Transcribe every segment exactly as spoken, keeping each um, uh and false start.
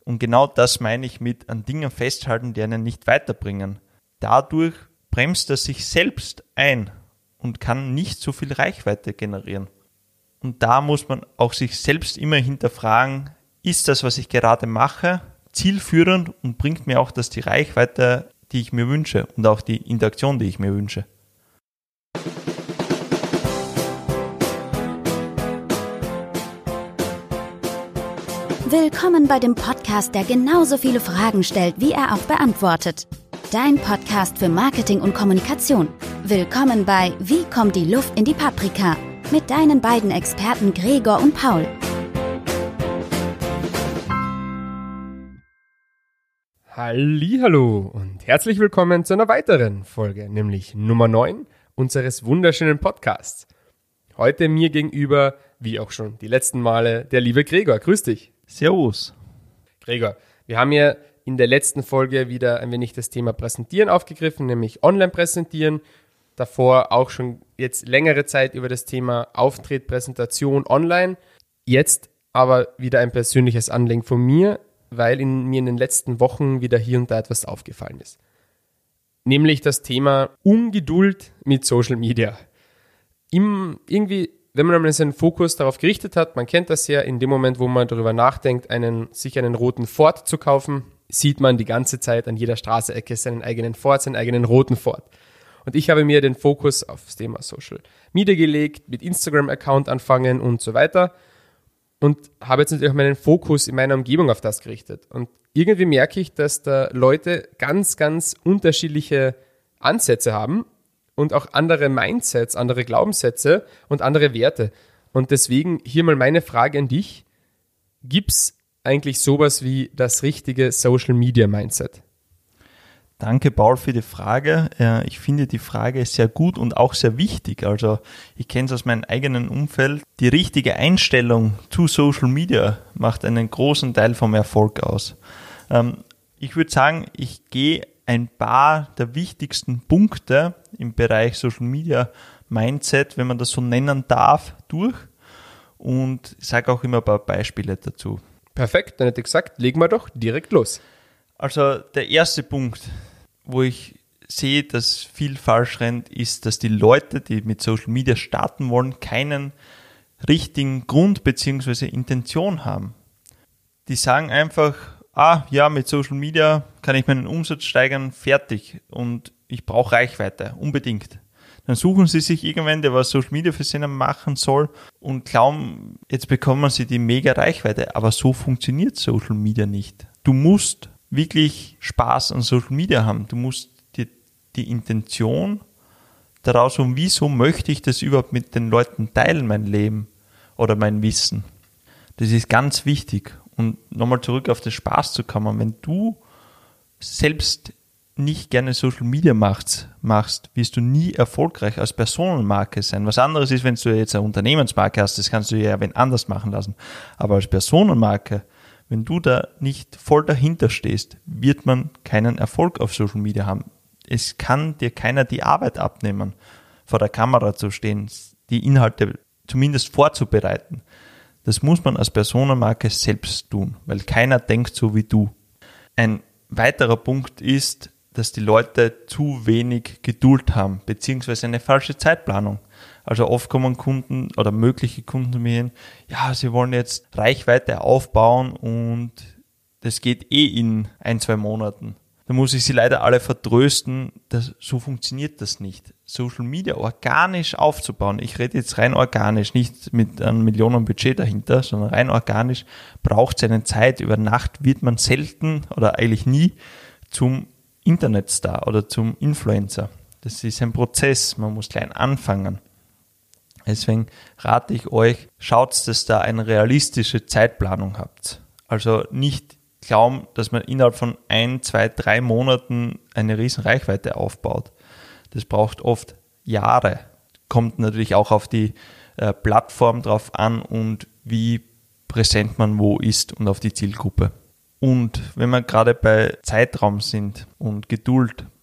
Und genau das meine ich mit an Dingen festhalten, die einen nicht weiterbringen. Dadurch bremst er sich selbst ein und kann nicht so viel Reichweite generieren. Und da muss man auch sich selbst immer hinterfragen, ist das, was ich gerade mache, zielführend und bringt mir auch das die Reichweite, die ich mir wünsche und auch die Interaktion, die ich mir wünsche. Willkommen bei dem Podcast, der genauso viele Fragen stellt, wie er auch beantwortet. Dein Podcast für Marketing und Kommunikation. Willkommen bei Wie kommt die Luft in die Paprika? Mit deinen beiden Experten Gregor und Paul. Hallihallo und herzlich willkommen zu einer weiteren Folge, nämlich Nummer neun unseres wunderschönen Podcasts. Heute mir gegenüber, wie auch schon die letzten Male, der liebe Gregor. Grüß dich. Servus. Gregor, wir haben ja in der letzten Folge wieder ein wenig das Thema Präsentieren aufgegriffen, nämlich online präsentieren. Davor auch schon jetzt längere Zeit über das Thema Auftritt, Präsentation online. Jetzt aber wieder ein persönliches Anliegen von mir, weil in mir in den letzten Wochen wieder hier und da etwas aufgefallen ist. Nämlich das Thema Ungeduld mit Social Media. Im, irgendwie, wenn man einmal seinen Fokus darauf gerichtet hat, man kennt das ja, in dem Moment, wo man darüber nachdenkt, einen, sich einen roten Ford zu kaufen, sieht man die ganze Zeit an jeder Straßenecke seinen eigenen Ford, seinen eigenen roten Ford. Und ich habe mir den Fokus auf das Thema Social Media gelegt, mit Instagram-Account anfangen und so weiter und habe jetzt natürlich auch meinen Fokus in meiner Umgebung auf das gerichtet. Und irgendwie merke ich, dass da Leute ganz, ganz unterschiedliche Ansätze haben und auch andere Mindsets, andere Glaubenssätze und andere Werte. Und deswegen hier mal meine Frage an dich. Gibt es eigentlich sowas wie das richtige Social Media Mindset? Danke, Paul, für die Frage. Ich finde die Frage sehr gut und auch sehr wichtig. Also ich kenne es aus meinem eigenen Umfeld. Die richtige Einstellung zu Social Media macht einen großen Teil vom Erfolg aus. Ich würde sagen, ich gehe ein paar der wichtigsten Punkte im Bereich Social Media Mindset, wenn man das so nennen darf, durch und ich sage auch immer ein paar Beispiele dazu. Perfekt, dann hätte ich gesagt, legen wir doch direkt los. Also der erste Punkt, wo ich sehe, dass viel falsch rennt, ist, dass die Leute, die mit Social Media starten wollen, keinen richtigen Grund bzw. Intention haben. Die sagen einfach, ah ja, mit Social Media kann ich meinen Umsatz steigern, fertig und ich brauche Reichweite, unbedingt. Dann suchen sie sich irgendwann, der was Social Media für sie machen soll und glauben, jetzt bekommen sie die mega Reichweite, aber so funktioniert Social Media nicht. Du musst wirklich Spaß an Social Media haben. Du musst die, die Intention daraus haben, wieso möchte ich das überhaupt mit den Leuten teilen, mein Leben oder mein Wissen. Das ist ganz wichtig. Und nochmal zurück auf den Spaß zu kommen, wenn du selbst nicht gerne Social Media machst, machst, wirst du nie erfolgreich als Personenmarke sein. Was anderes ist, wenn du jetzt eine Unternehmensmarke hast, das kannst du ja wen anders machen lassen. Aber als Personenmarke, wenn du da nicht voll dahinter stehst, wird man keinen Erfolg auf Social Media haben. Es kann dir keiner die Arbeit abnehmen, vor der Kamera zu stehen, die Inhalte zumindest vorzubereiten. Das muss man als Personenmarke selbst tun, weil keiner denkt so wie du. Ein weiterer Punkt ist, dass die Leute zu wenig Geduld haben, beziehungsweise eine falsche Zeitplanung. Also oft kommen Kunden oder mögliche Kunden zu mir hin, ja, sie wollen jetzt Reichweite aufbauen und das geht eh in ein, zwei Monaten. Da muss ich sie leider alle vertrösten, dass, so funktioniert das nicht. Social Media organisch aufzubauen, ich rede jetzt rein organisch, nicht mit einem Millionenbudget dahinter, sondern rein organisch, braucht es eine Zeit. Über Nacht wird man selten oder eigentlich nie zum Internetstar oder zum Influencer. Das ist ein Prozess, man muss klein anfangen. Deswegen rate ich euch, schaut, dass da eine realistische Zeitplanung habt. Also nicht glauben, dass man innerhalb von ein, zwei, drei Monaten eine riesen Reichweite aufbaut. Das braucht oft Jahre. Kommt natürlich auch auf die äh, Plattform drauf an und wie präsent man wo ist und auf die Zielgruppe. Und wenn wir gerade bei Zeitraum sind und Geduld,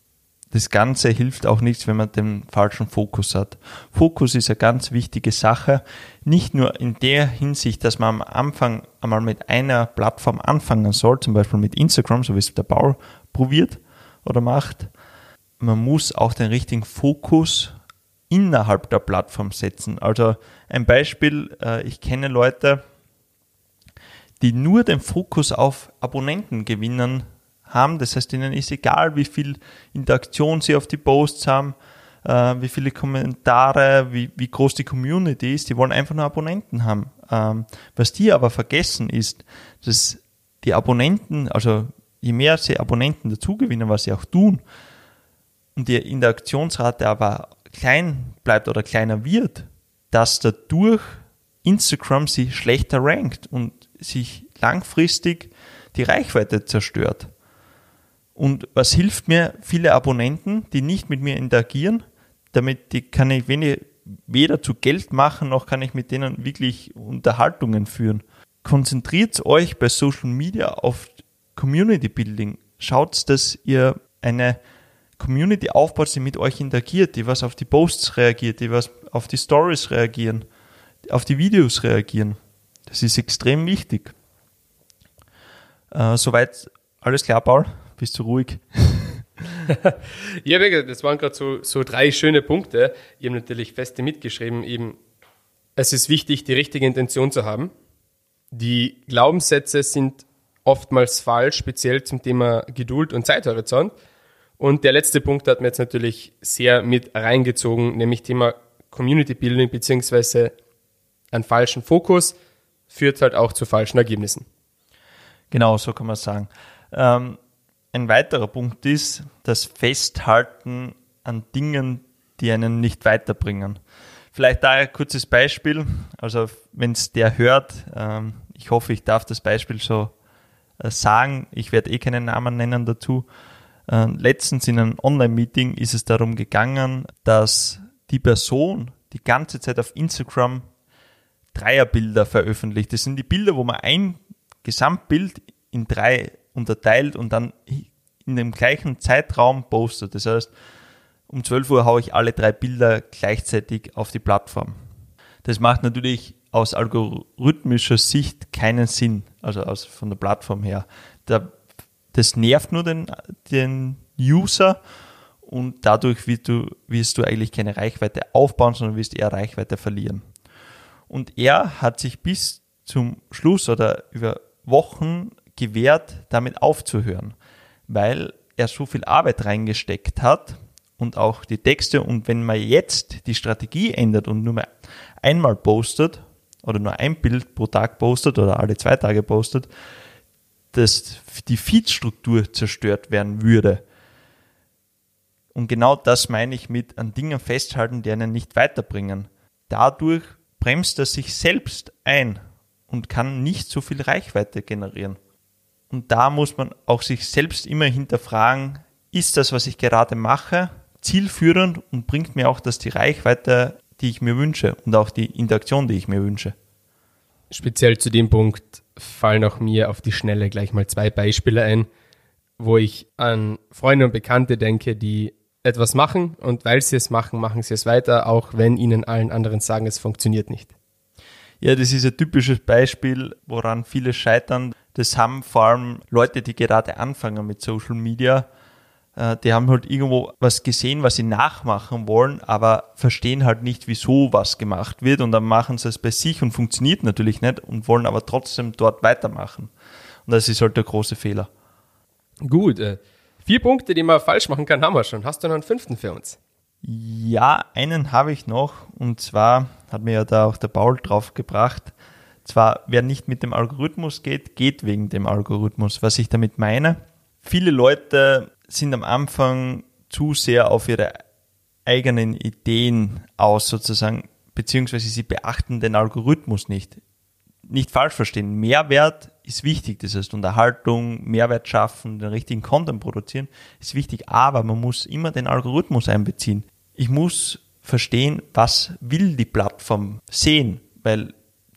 das Ganze hilft auch nichts, wenn man den falschen Fokus hat. Fokus ist eine ganz wichtige Sache, nicht nur in der Hinsicht, dass man am Anfang einmal mit einer Plattform anfangen soll, zum Beispiel mit Instagram, so wie es der Paul probiert oder macht. Man muss auch den richtigen Fokus innerhalb der Plattform setzen. Also ein Beispiel, ich kenne Leute, die nur den Fokus auf Abonnenten gewinnen haben. Das heißt, ihnen ist egal, wie viel Interaktion sie auf die Posts haben, äh, wie viele Kommentare, wie, wie groß die Community ist. Die wollen einfach nur Abonnenten haben. Ähm, was die aber vergessen ist, dass die Abonnenten, also je mehr sie Abonnenten dazugewinnen, was sie auch tun, und die Interaktionsrate aber klein bleibt oder kleiner wird, dass dadurch Instagram sie schlechter rankt und sich langfristig die Reichweite zerstört. Und was hilft mir? Viele Abonnenten, die nicht mit mir interagieren, damit die kann ich wenig, weder zu Geld machen, noch kann ich mit denen wirklich Unterhaltungen führen. Konzentriert euch bei Social Media auf Community Building. Schaut, dass ihr eine Community aufbaut, die mit euch interagiert, die was auf die Posts reagiert, die was auf die Stories reagieren, auf die Videos reagieren. Das ist extrem wichtig. Äh, soweit alles klar, Paul? Bist du ruhig? Ja, das waren gerade so, so drei schöne Punkte. Ich habe natürlich feste mitgeschrieben, eben, es ist wichtig, die richtige Intention zu haben. Die Glaubenssätze sind oftmals falsch, speziell zum Thema Geduld und Zeithorizont. Und der letzte Punkt hat mir jetzt natürlich sehr mit reingezogen, nämlich Thema Community Building beziehungsweise einen falschen Fokus führt halt auch zu falschen Ergebnissen. Genau, so kann man sagen. Ähm, Ein weiterer Punkt ist das Festhalten an Dingen, die einen nicht weiterbringen. Vielleicht da ein kurzes Beispiel. Also wenn es der hört, ähm, ich hoffe, ich darf das Beispiel so äh, sagen. Ich werde eh keinen Namen nennen dazu. Äh, letztens in einem Online-Meeting ist es darum gegangen, dass die Person die ganze Zeit auf Instagram Dreierbilder veröffentlicht. Das sind die Bilder, wo man ein Gesamtbild in drei unterteilt und dann in dem gleichen Zeitraum postet. Das heißt, um zwölf Uhr haue ich alle drei Bilder gleichzeitig auf die Plattform. Das macht natürlich aus algorithmischer Sicht keinen Sinn, also aus, von der Plattform her. Da, das nervt nur den, den User und dadurch wirst du, wirst du eigentlich keine Reichweite aufbauen, sondern wirst eher Reichweite verlieren. Und er hat sich bis zum Schluss oder über Wochen gewährt, damit aufzuhören, weil er so viel Arbeit reingesteckt hat und auch die Texte. Und wenn man jetzt die Strategie ändert und nur mal einmal postet oder nur ein Bild pro Tag postet oder alle zwei Tage postet, dass die Feed-Struktur zerstört werden würde. Und genau das meine ich mit an Dingen festhalten, die einen nicht weiterbringen. Dadurch bremst er sich selbst ein und kann nicht so viel Reichweite generieren. Und da muss man auch sich selbst immer hinterfragen, ist das, was ich gerade mache, zielführend und bringt mir auch das die Reichweite, die ich mir wünsche und auch die Interaktion, die ich mir wünsche. Speziell zu dem Punkt fallen auch mir auf die Schnelle gleich mal zwei Beispiele ein, wo ich an Freunde und Bekannte denke, die etwas machen und weil sie es machen, machen sie es weiter, auch wenn ihnen allen anderen sagen, es funktioniert nicht. Ja, das ist ein typisches Beispiel, woran viele scheitern. Das haben vor allem Leute, die gerade anfangen mit Social Media. Die haben halt irgendwo was gesehen, was sie nachmachen wollen, aber verstehen halt nicht, wieso was gemacht wird. Und dann machen sie es bei sich und funktioniert natürlich nicht und wollen aber trotzdem dort weitermachen. Und das ist halt der große Fehler. Gut, äh, vier Punkte, die man falsch machen kann, haben wir schon. Hast du noch einen fünften für uns? Ja, einen habe ich noch. Und zwar hat mir ja da auch der Paul drauf gebracht. Zwar, wer nicht mit dem Algorithmus geht, geht wegen dem Algorithmus. Was ich damit meine, viele Leute sind am Anfang zu sehr auf ihre eigenen Ideen aus sozusagen, beziehungsweise sie beachten den Algorithmus nicht. Nicht falsch verstehen, Mehrwert ist wichtig, das heißt Unterhaltung, Mehrwert schaffen, den richtigen Content produzieren, ist wichtig, aber man muss immer den Algorithmus einbeziehen. Ich muss verstehen, was will die Plattform sehen, weil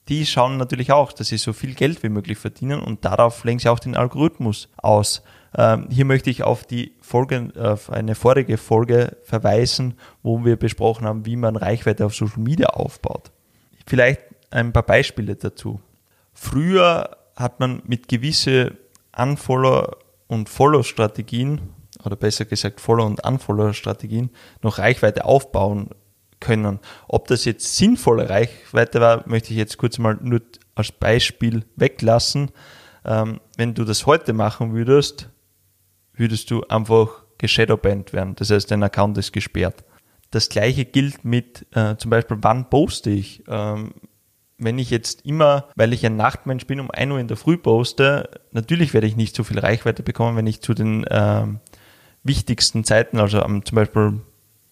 die schauen natürlich auch, dass sie so viel Geld wie möglich verdienen und darauf lenken sie auch den Algorithmus aus. Ähm, hier möchte ich auf die Folge, auf eine vorige Folge verweisen, wo wir besprochen haben, wie man Reichweite auf Social Media aufbaut. Vielleicht ein paar Beispiele dazu. Früher hat man mit gewissen Unfollow- und Follow-Strategien, oder besser gesagt Follow- und Unfollow-Strategien, noch Reichweite aufbauen können. Ob das jetzt sinnvolle Reichweite war, möchte ich jetzt kurz mal nur als Beispiel weglassen. Ähm, wenn du das heute machen würdest, würdest du einfach geshadowbanned werden. Das heißt, dein Account ist gesperrt. Das gleiche gilt mit äh, zum Beispiel, wann poste ich? Ähm, wenn ich jetzt immer, weil ich ein Nachtmensch bin, um ein Uhr in der Früh poste, natürlich werde ich nicht so viel Reichweite bekommen, wenn ich zu den ähm, wichtigsten Zeiten, also um, zum Beispiel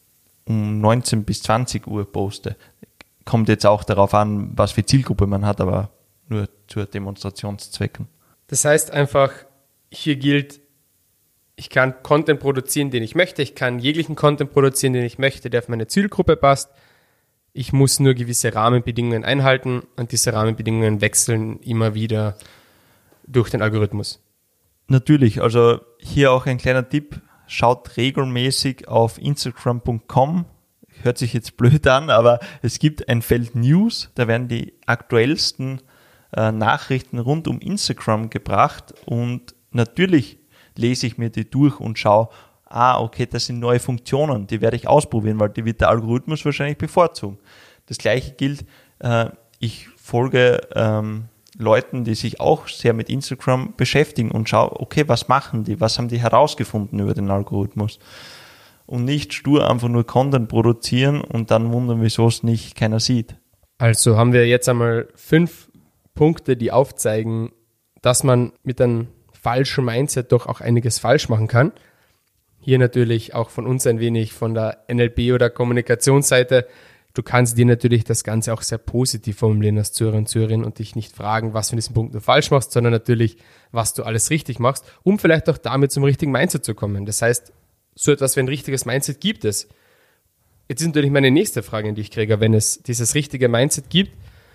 um neunzehn bis zwanzig Uhr poste. Kommt jetzt auch darauf an, was für Zielgruppe man hat, aber nur zu Demonstrationszwecken. Das heißt einfach, hier gilt, ich kann Content produzieren, den ich möchte. Ich kann jeglichen Content produzieren, den ich möchte, der auf meine Zielgruppe passt. Ich muss nur gewisse Rahmenbedingungen einhalten und diese Rahmenbedingungen wechseln immer wieder durch den Algorithmus. Natürlich, also hier auch ein kleiner Tipp. Schaut regelmäßig auf instagram punkt com. Hört sich jetzt blöd an, aber es gibt ein Feld News. Da werden die aktuellsten äh, Nachrichten rund um Instagram gebracht und natürlich lese ich mir die durch und schaue, ah, okay, das sind neue Funktionen, die werde ich ausprobieren, weil die wird der Algorithmus wahrscheinlich bevorzugen. Das gleiche gilt, äh, ich folge ähm, Leuten, die sich auch sehr mit Instagram beschäftigen und schaue, okay, was machen die, was haben die herausgefunden über den Algorithmus? Und nicht stur einfach nur Content produzieren und dann wundern, wieso es nicht keiner sieht. Also haben wir jetzt einmal fünf Punkte, die aufzeigen, dass man mit einem falschen Mindset doch auch einiges falsch machen kann. Hier natürlich auch von uns ein wenig von der N L P oder Kommunikationsseite. Du kannst dir natürlich das Ganze auch sehr positiv formulieren als Zuhörer und Zuhörerin und dich nicht fragen, was von diesen Punkten du falsch machst, sondern natürlich, was du alles richtig machst, um vielleicht auch damit zum richtigen Mindset zu kommen. Das heißt, so etwas wie ein richtiges Mindset gibt es. Jetzt ist natürlich meine nächste Frage an dich, Gregor, wenn es dieses richtige Mindset gibt,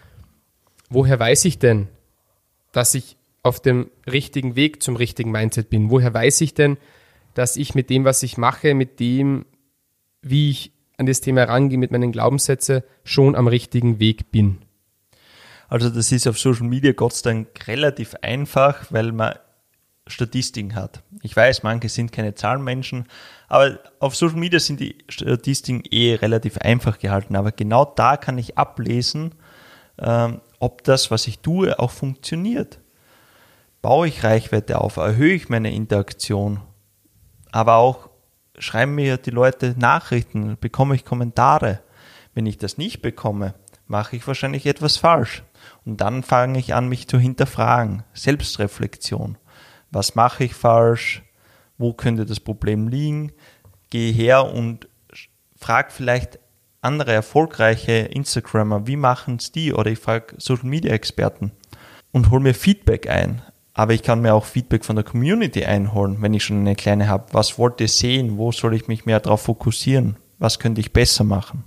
woher weiß ich denn, dass ich auf dem richtigen Weg zum richtigen Mindset bin? Woher weiß ich denn, dass ich mit dem, was ich mache, mit dem, wie ich an das Thema herangehe, mit meinen Glaubenssätzen, schon am richtigen Weg bin? Also das ist auf Social Media Gott sei Dank relativ einfach, weil man Statistiken hat. Ich weiß, manche sind keine Zahlenmenschen, aber auf Social Media sind die Statistiken eh relativ einfach gehalten. Aber genau da kann ich ablesen, ähm, ob das, was ich tue, auch funktioniert. Baue ich Reichweite auf, erhöhe ich meine Interaktion, aber auch schreiben mir die Leute Nachrichten, bekomme ich Kommentare. Wenn ich das nicht bekomme, mache ich wahrscheinlich etwas falsch. Und dann fange ich an, mich zu hinterfragen. Selbstreflexion. Was mache ich falsch? Wo könnte das Problem liegen? Gehe her und frage vielleicht andere erfolgreiche Instagrammer, wie machen es die? Oder ich frage Social Media Experten und hole mir Feedback ein. Aber ich kann mir auch Feedback von der Community einholen, wenn ich schon eine kleine habe. Was wollt ihr sehen? Wo soll ich mich mehr darauf fokussieren? Was könnte ich besser machen?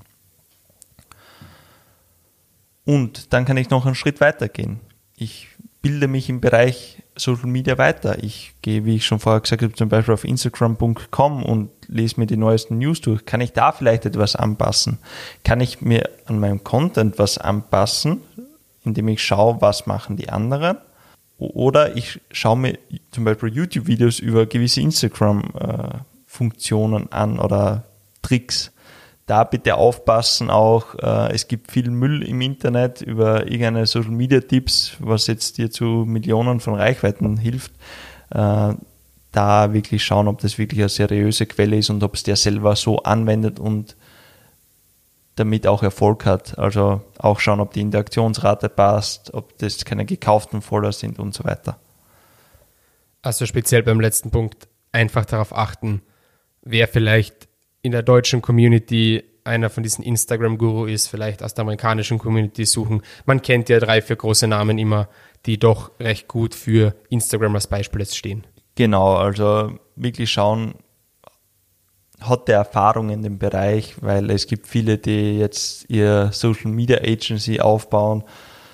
Und dann kann ich noch einen Schritt weiter gehen. Ich bilde mich im Bereich Social Media weiter. Ich gehe, wie ich schon vorher gesagt habe, zum Beispiel auf instagram punkt com und lese mir die neuesten News durch. Kann ich da vielleicht etwas anpassen? Kann ich mir an meinem Content was anpassen, indem ich schaue, was machen die anderen? Oder ich schaue mir zum Beispiel YouTube-Videos über gewisse Instagram-Funktionen an oder Tricks. Da bitte aufpassen auch, äh, es gibt viel Müll im Internet über irgendeine Social-Media-Tipps, was jetzt dir zu Millionen von Reichweiten hilft. Äh, da wirklich schauen, ob das wirklich eine seriöse Quelle ist und ob es der selber so anwendet und damit auch Erfolg hat. Also auch schauen, ob die Interaktionsrate passt, ob das keine gekauften Follower sind und so weiter. Also speziell beim letzten Punkt einfach darauf achten, wer vielleicht in der deutschen Community einer von diesen Instagram-Guru ist, vielleicht aus der amerikanischen Community suchen. Man kennt ja drei, vier große Namen immer, die doch recht gut für Instagram als Beispiel jetzt stehen. Genau, also wirklich schauen, hat der Erfahrung in dem Bereich, weil es gibt viele, die jetzt ihr Social Media Agency aufbauen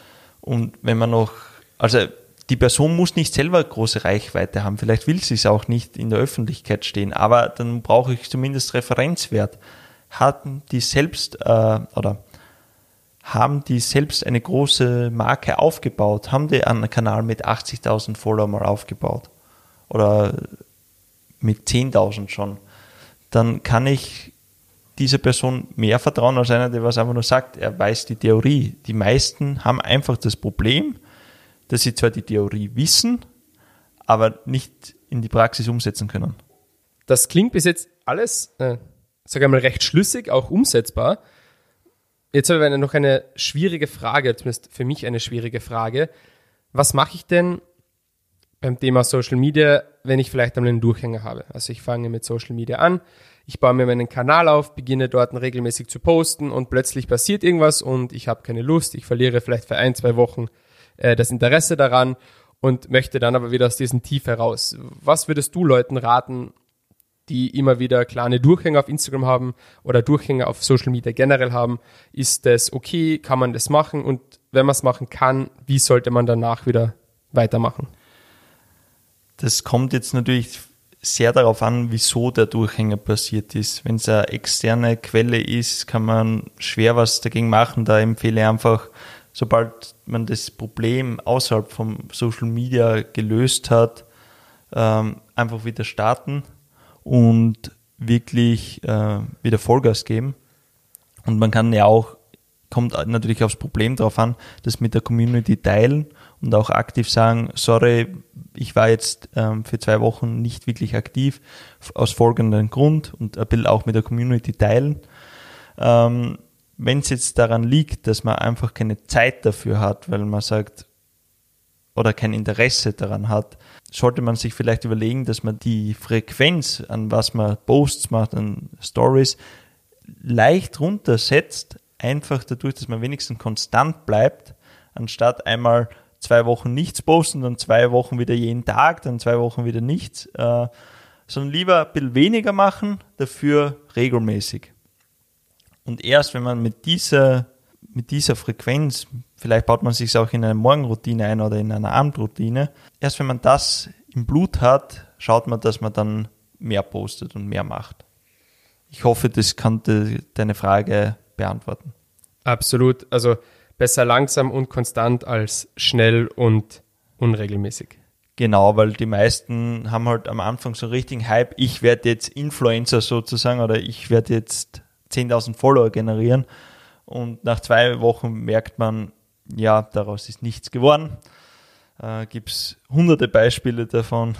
Und wenn man noch, also die Person muss nicht selber große Reichweite haben, vielleicht will sie es auch nicht in der Öffentlichkeit stehen, aber dann brauche ich zumindest Referenzwert. Hatten die selbst äh, oder haben die selbst eine große Marke aufgebaut? Haben die einen Kanal mit achtzigtausend Follower mal aufgebaut? Oder mit zehntausend schon? Dann kann ich dieser Person mehr vertrauen als einer, der was einfach nur sagt, er weiß die Theorie. Die meisten haben einfach das Problem, dass sie zwar die Theorie wissen, aber nicht in die Praxis umsetzen können. Das klingt bis jetzt alles, äh, sage ich mal, recht schlüssig, auch umsetzbar. Jetzt habe ich noch eine schwierige Frage, zumindest für mich eine schwierige Frage. Was mache ich denn beim Thema Social Media, wenn ich vielleicht einmal einen Durchhänger habe? Also ich fange mit Social Media an, ich baue mir meinen Kanal auf, beginne dort regelmäßig zu posten und plötzlich passiert irgendwas und ich habe keine Lust, ich verliere vielleicht für ein, zwei Wochen äh, das Interesse daran und möchte dann aber wieder aus diesem Tief heraus. Was würdest du Leuten raten, die immer wieder kleine Durchhänger auf Instagram haben oder Durchhänger auf Social Media generell haben? Ist das okay? Kann man das machen? Und wenn man es machen kann, wie sollte man danach wieder weitermachen? Das kommt jetzt natürlich sehr darauf an, wieso der Durchhänger passiert ist. Wenn es eine externe Quelle ist, kann man schwer was dagegen machen. Da empfehle ich einfach, sobald man das Problem außerhalb vom Social Media gelöst hat, ähm, einfach wieder starten und wirklich äh, wieder Vollgas geben. Und man kann ja auch, kommt natürlich aufs Problem drauf an, das mit der Community teilen und auch aktiv sagen, sorry, ich war jetzt ähm, für zwei Wochen nicht wirklich aktiv, aus folgendem Grund, und ein bisschen auch mit der Community teilen. Ähm, wenn es jetzt daran liegt, dass man einfach keine Zeit dafür hat, weil man sagt, oder kein Interesse daran hat, sollte man sich vielleicht überlegen, dass man die Frequenz, an was man Posts macht, an Stories, leicht runtersetzt, einfach dadurch, dass man wenigstens konstant bleibt, anstatt einmal zwei Wochen nichts posten, dann zwei Wochen wieder jeden Tag, dann zwei Wochen wieder nichts, äh, sondern lieber ein bisschen weniger machen, dafür regelmäßig. Und erst wenn man mit dieser, mit dieser Frequenz, vielleicht baut man sich auch in eine Morgenroutine ein oder in eine Abendroutine, erst wenn man das im Blut hat, schaut man, dass man dann mehr postet und mehr macht. Ich hoffe, das konnte deine Frage beantworten. Absolut. Also besser langsam und konstant als schnell und unregelmäßig. Genau, weil die meisten haben halt am Anfang so einen richtigen Hype, ich werde jetzt Influencer sozusagen oder ich werde jetzt zehntausend Follower generieren, und nach zwei Wochen merkt man, ja, daraus ist nichts geworden. Äh, gibt es hunderte Beispiele davon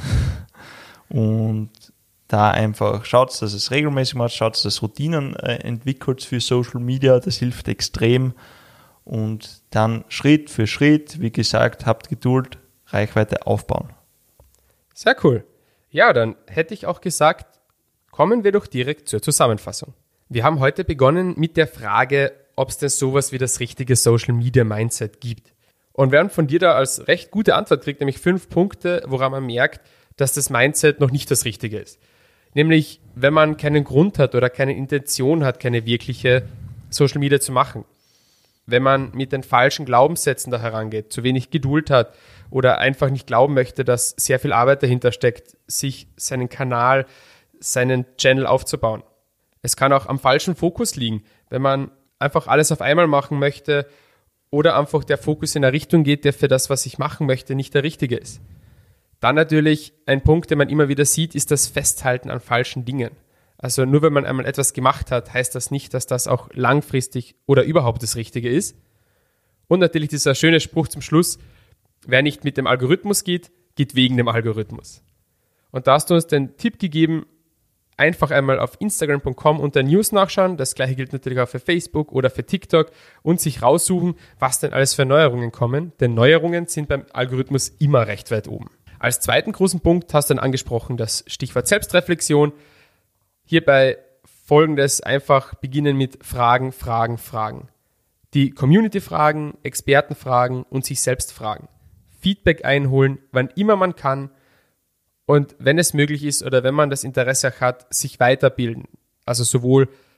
und da einfach schaut, dass es regelmäßig macht, schaut, dass Routinen äh, entwickelt für Social Media, das hilft extrem, und dann Schritt für Schritt, wie gesagt, habt Geduld, Reichweite aufbauen. Sehr cool. Ja, dann hätte ich auch gesagt, kommen wir doch direkt zur Zusammenfassung. Wir haben heute begonnen mit der Frage, ob es denn sowas wie das richtige Social Media Mindset gibt. Und wir haben von dir da als recht gute Antwort gekriegt, nämlich fünf Punkte, woran man merkt, dass das Mindset noch nicht das Richtige ist. Nämlich, wenn man keinen Grund hat oder keine Intention hat, keine wirkliche Social Media zu machen. Wenn man mit den falschen Glaubenssätzen da herangeht, zu wenig Geduld hat oder einfach nicht glauben möchte, dass sehr viel Arbeit dahinter steckt, sich seinen Kanal, seinen Channel aufzubauen. Es kann auch am falschen Fokus liegen, wenn man einfach alles auf einmal machen möchte oder einfach der Fokus in eine Richtung geht, der für das, was ich machen möchte, nicht der richtige ist. Dann natürlich ein Punkt, den man immer wieder sieht, ist das Festhalten an falschen Dingen. Also nur wenn man einmal etwas gemacht hat, heißt das nicht, dass das auch langfristig oder überhaupt das Richtige ist. Und natürlich dieser schöne Spruch zum Schluss, wer nicht mit dem Algorithmus geht, geht wegen dem Algorithmus. Und da hast du uns den Tipp gegeben, einfach einmal auf instagram punkt com unter News nachschauen. Das gleiche gilt natürlich auch für Facebook oder für TikTok und sich raussuchen, was denn alles für Neuerungen kommen. Denn Neuerungen sind beim Algorithmus immer recht weit oben. Als zweiten großen Punkt hast du dann angesprochen das Stichwort Selbstreflexion. Hierbei folgendes: einfach beginnen mit Fragen, Fragen, Fragen. Die Community fragen, Experten fragen und sich selbst fragen. Feedback einholen, wann immer man kann. Und wenn es möglich ist oder wenn man das Interesse hat, sich weiterbilden. Also sowohl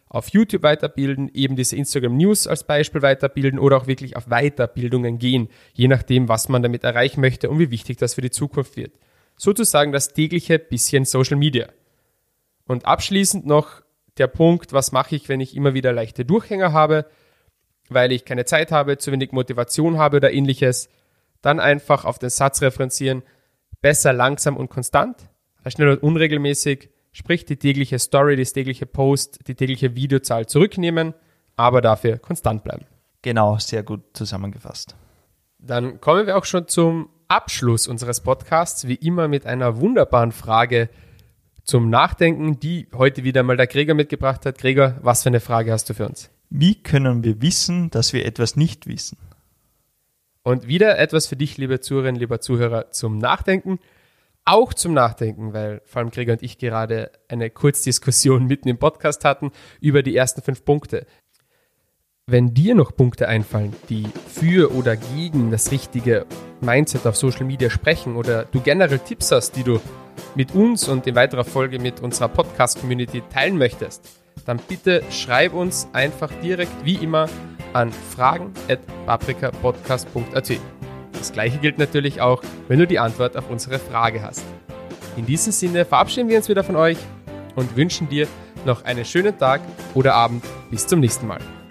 auf YouTube weiterbilden, eben diese Instagram News als Beispiel weiterbilden oder auch wirklich auf Weiterbildungen gehen, je nachdem, was man damit erreichen möchte und wie wichtig das für die Zukunft wird. Sozusagen das tägliche bisschen Social Media. Und abschließend noch der Punkt, was mache ich, wenn ich immer wieder leichte Durchhänger habe, weil ich keine Zeit habe, zu wenig Motivation habe oder ähnliches, dann einfach auf den Satz referenzieren, besser langsam und konstant, als schnell und unregelmäßig, sprich die tägliche Story, das tägliche Post, die tägliche Videozahl zurücknehmen, aber dafür konstant bleiben. Genau, sehr gut zusammengefasst. Dann kommen wir auch schon zum Abschluss unseres Podcasts, wie immer mit einer wunderbaren Frage zum Nachdenken, die heute wieder mal der Gregor mitgebracht hat. Gregor, was für eine Frage hast du für uns? Wie können wir wissen, dass wir etwas nicht wissen? Und wieder etwas für dich, liebe Zuhörerinnen, lieber Zuhörer, zum Nachdenken. Auch zum Nachdenken, weil vor allem Gregor und ich gerade eine Kurzdiskussion mitten im Podcast hatten über die ersten fünf Punkte. Wenn dir noch Punkte einfallen, die für oder gegen das richtige Mindset auf Social Media sprechen oder du generell Tipps hast, die du mit uns und in weiterer Folge mit unserer Podcast-Community teilen möchtest, dann bitte schreib uns einfach direkt wie immer an fragen at paprikapodcast punkt a t. Das gleiche gilt natürlich auch, wenn du die Antwort auf unsere Frage hast. In diesem Sinne verabschieden wir uns wieder von euch und wünschen dir noch einen schönen Tag oder Abend. Bis zum nächsten Mal.